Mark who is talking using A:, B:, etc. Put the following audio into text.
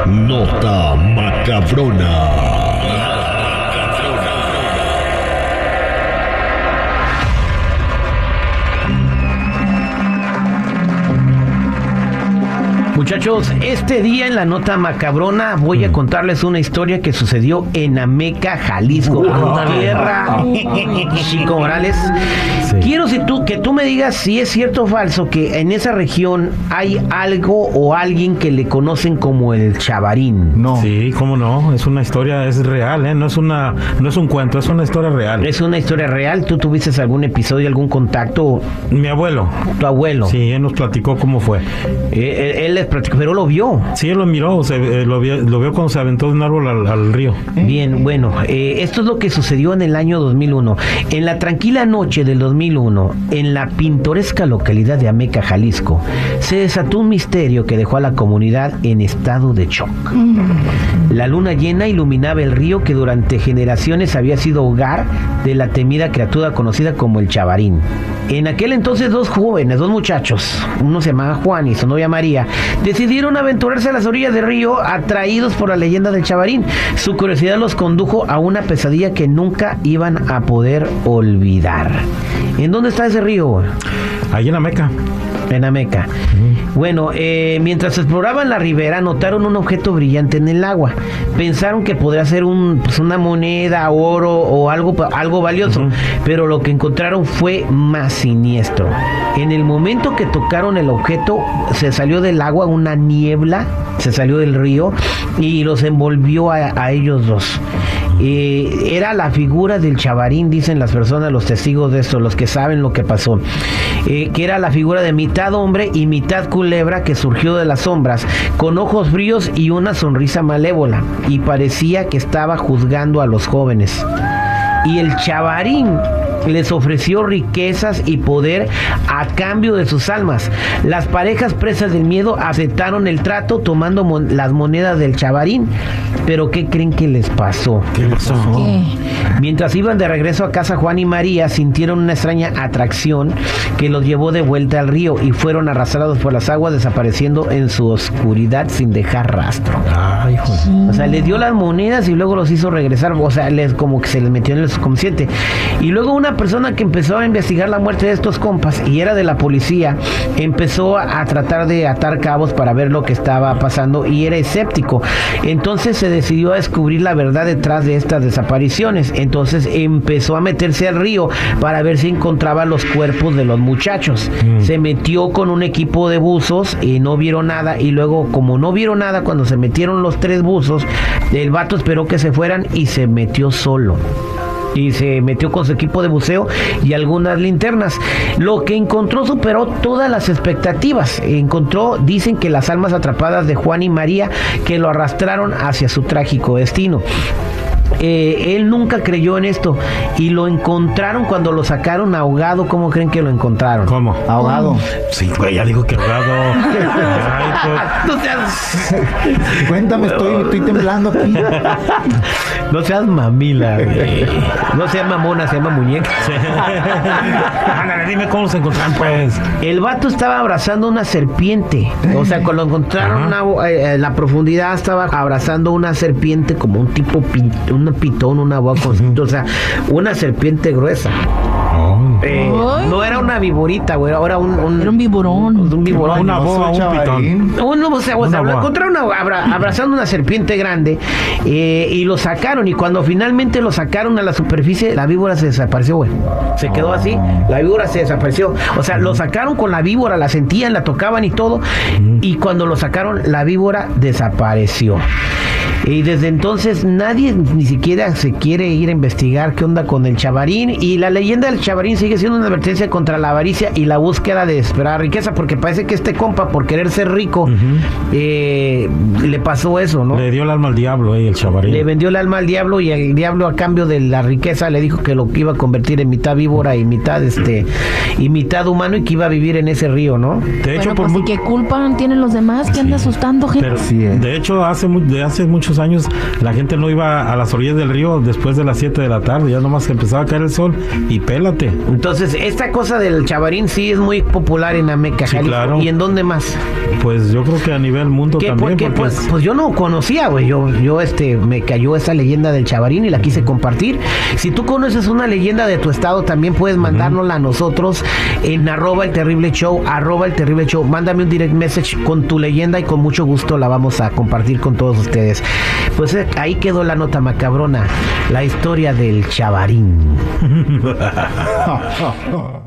A: Nota macabrona.
B: Muchachos, este día en la nota macabrona voy a contarles una historia que sucedió en Ameca, Jalisco, tierra Chico Morales. Sí. Quiero que tú me digas si es cierto o falso que en esa región hay algo o alguien que le conocen como el Chavarín.
C: No. Sí, cómo no, es una historia, es real, ¿eh? No es un cuento, es una historia real.
B: Es una historia real. ¿Tú tuviste algún episodio, algún contacto?
C: Mi abuelo.
B: ¿Tu abuelo?
C: Sí, él nos platicó cómo fue.
B: Él les platicó, pero lo vio.
C: Sí, él lo miró, lo vio cuando se aventó de un árbol al río.
B: Bien, bueno, esto es lo que sucedió en el año 2001. En la tranquila noche del 2001, en la pintoresca localidad de Ameca, Jalisco, se desató un misterio que dejó a la comunidad en estado de shock. La luna llena iluminaba el río que durante generaciones había sido hogar de la temida criatura conocida como el Chavarín. En aquel entonces dos muchachos, uno se llamaba Juan y su novia María, decidieron aventurarse a las orillas del río atraídos por la leyenda del Chavarín. Su curiosidad los condujo a una pesadilla que nunca iban a poder olvidar. ¿En dónde está ese río?
C: Ahí en Ameca.
B: En Ameca. Bueno, mientras exploraban la ribera, notaron un objeto brillante en el agua. Pensaron que podría ser una moneda, oro o algo valioso, pero lo que encontraron fue más siniestro. En el momento que tocaron el objeto, se salió del agua una niebla, se salió del río y los envolvió a ellos dos. Era la figura del Chavarín, dicen las personas, los testigos de esto, los que saben lo que pasó, que era la figura de mitad hombre y mitad culebra que surgió de las sombras, con ojos fríos y una sonrisa malévola, y parecía que estaba juzgando a los jóvenes. Y el Chavarín les ofreció riquezas y poder a cambio de sus almas. Las parejas presas del miedo aceptaron el trato tomando las monedas del Chavarín. Pero ¿qué creen que les pasó?
C: ¿Qué pasó?
D: ¿Qué?
B: Mientras iban de regreso a casa, Juan y María sintieron una extraña atracción que los llevó de vuelta al río y fueron arrastrados por las aguas, desapareciendo en su oscuridad sin dejar rastro.
C: Ay, joder.
B: O sea, les dio las monedas y luego los hizo regresar. O sea, como que se les metió en el subconsciente. Y luego una persona que empezó a investigar la muerte de estos compas y era de la policía, empezó a tratar de atar cabos para ver lo que estaba pasando y era escéptico. Entonces se decidió a descubrir la verdad detrás de estas desapariciones. Entonces empezó a meterse al río para ver si encontraba los cuerpos de los muchachos. Se metió con un equipo de buzos y no vieron nada, y luego, como no vieron nada, cuando se metieron los tres buzos, el vato esperó que se fueran y se metió solo. Y se metió con su equipo de buceo y algunas linternas. Lo que encontró superó todas las expectativas. Dicen que las almas atrapadas de Juan y María, que lo arrastraron hacia su trágico destino. Él nunca creyó en esto y lo encontraron cuando lo sacaron ahogado. ¿Cómo creen que lo encontraron?
C: ¿Cómo?
B: Ahogado.
C: Sí, güey, ya digo que ahogado. Ay,
B: No seas...
E: Cuéntame, estoy temblando aquí.
B: No seas mamila, güey. No seas mamona, se llama muñeca.
C: Ándale, dime cómo se encontraron, pues.
B: El vato estaba abrazando una serpiente. O sea, cuando lo encontraron en la profundidad, estaba abrazando una serpiente como un tipo un pitón, una boa con, o sea, una serpiente gruesa. No era una viborita, güey, era un
D: viborón.
B: Un viborón.
C: Una boa, un pitón.
B: O sea, lo encontraron abrazando una serpiente grande y lo sacaron. Y cuando finalmente lo sacaron a la superficie, la víbora se desapareció, güey. Se quedó así, la víbora se desapareció. O sea, lo sacaron con la víbora, la sentían, la tocaban y todo. Y cuando lo sacaron, la víbora desapareció. Y desde entonces nadie ni siquiera se quiere ir a investigar qué onda con el Chavarín. Y la leyenda del Chavarín sigue siendo una advertencia contra la avaricia y la búsqueda de esperar riqueza, porque parece que este compa, por querer ser rico, le pasó eso, ¿no?
C: Le dio el alma al diablo, el Chavarín.
B: Le vendió el alma al diablo, y el diablo, a cambio de la riqueza, le dijo que lo iba a convertir en mitad víbora y mitad humano, y que iba a vivir en ese río, ¿no?
C: De hecho,
D: ¿y qué culpa tienen los demás? ¿Qué anda asustando gente?
C: Pero, de hecho, hace muchos años la gente no iba a las orillas del río después de las 7 de la tarde, ya nomás empezaba a caer el sol y pélate.
B: Entonces, esta cosa del chavarín sí es muy popular en Ameca,
C: Sí,
B: Jalisco.
C: claro.
B: ¿Y en dónde más?
C: Pues yo creo que a nivel mundo
B: Que
C: también.
B: porque,
C: porque
B: pues yo no conocía, güey. Yo me cayó esa leyenda del chavarín y la quise compartir. Si tú conoces una leyenda de tu estado, también puedes mandárnosla a nosotros en @el terrible show. Mándame un direct message con tu leyenda y con mucho gusto la vamos a compartir con todos ustedes. Pues ahí quedó la nota macabrona, la historia del chavarín.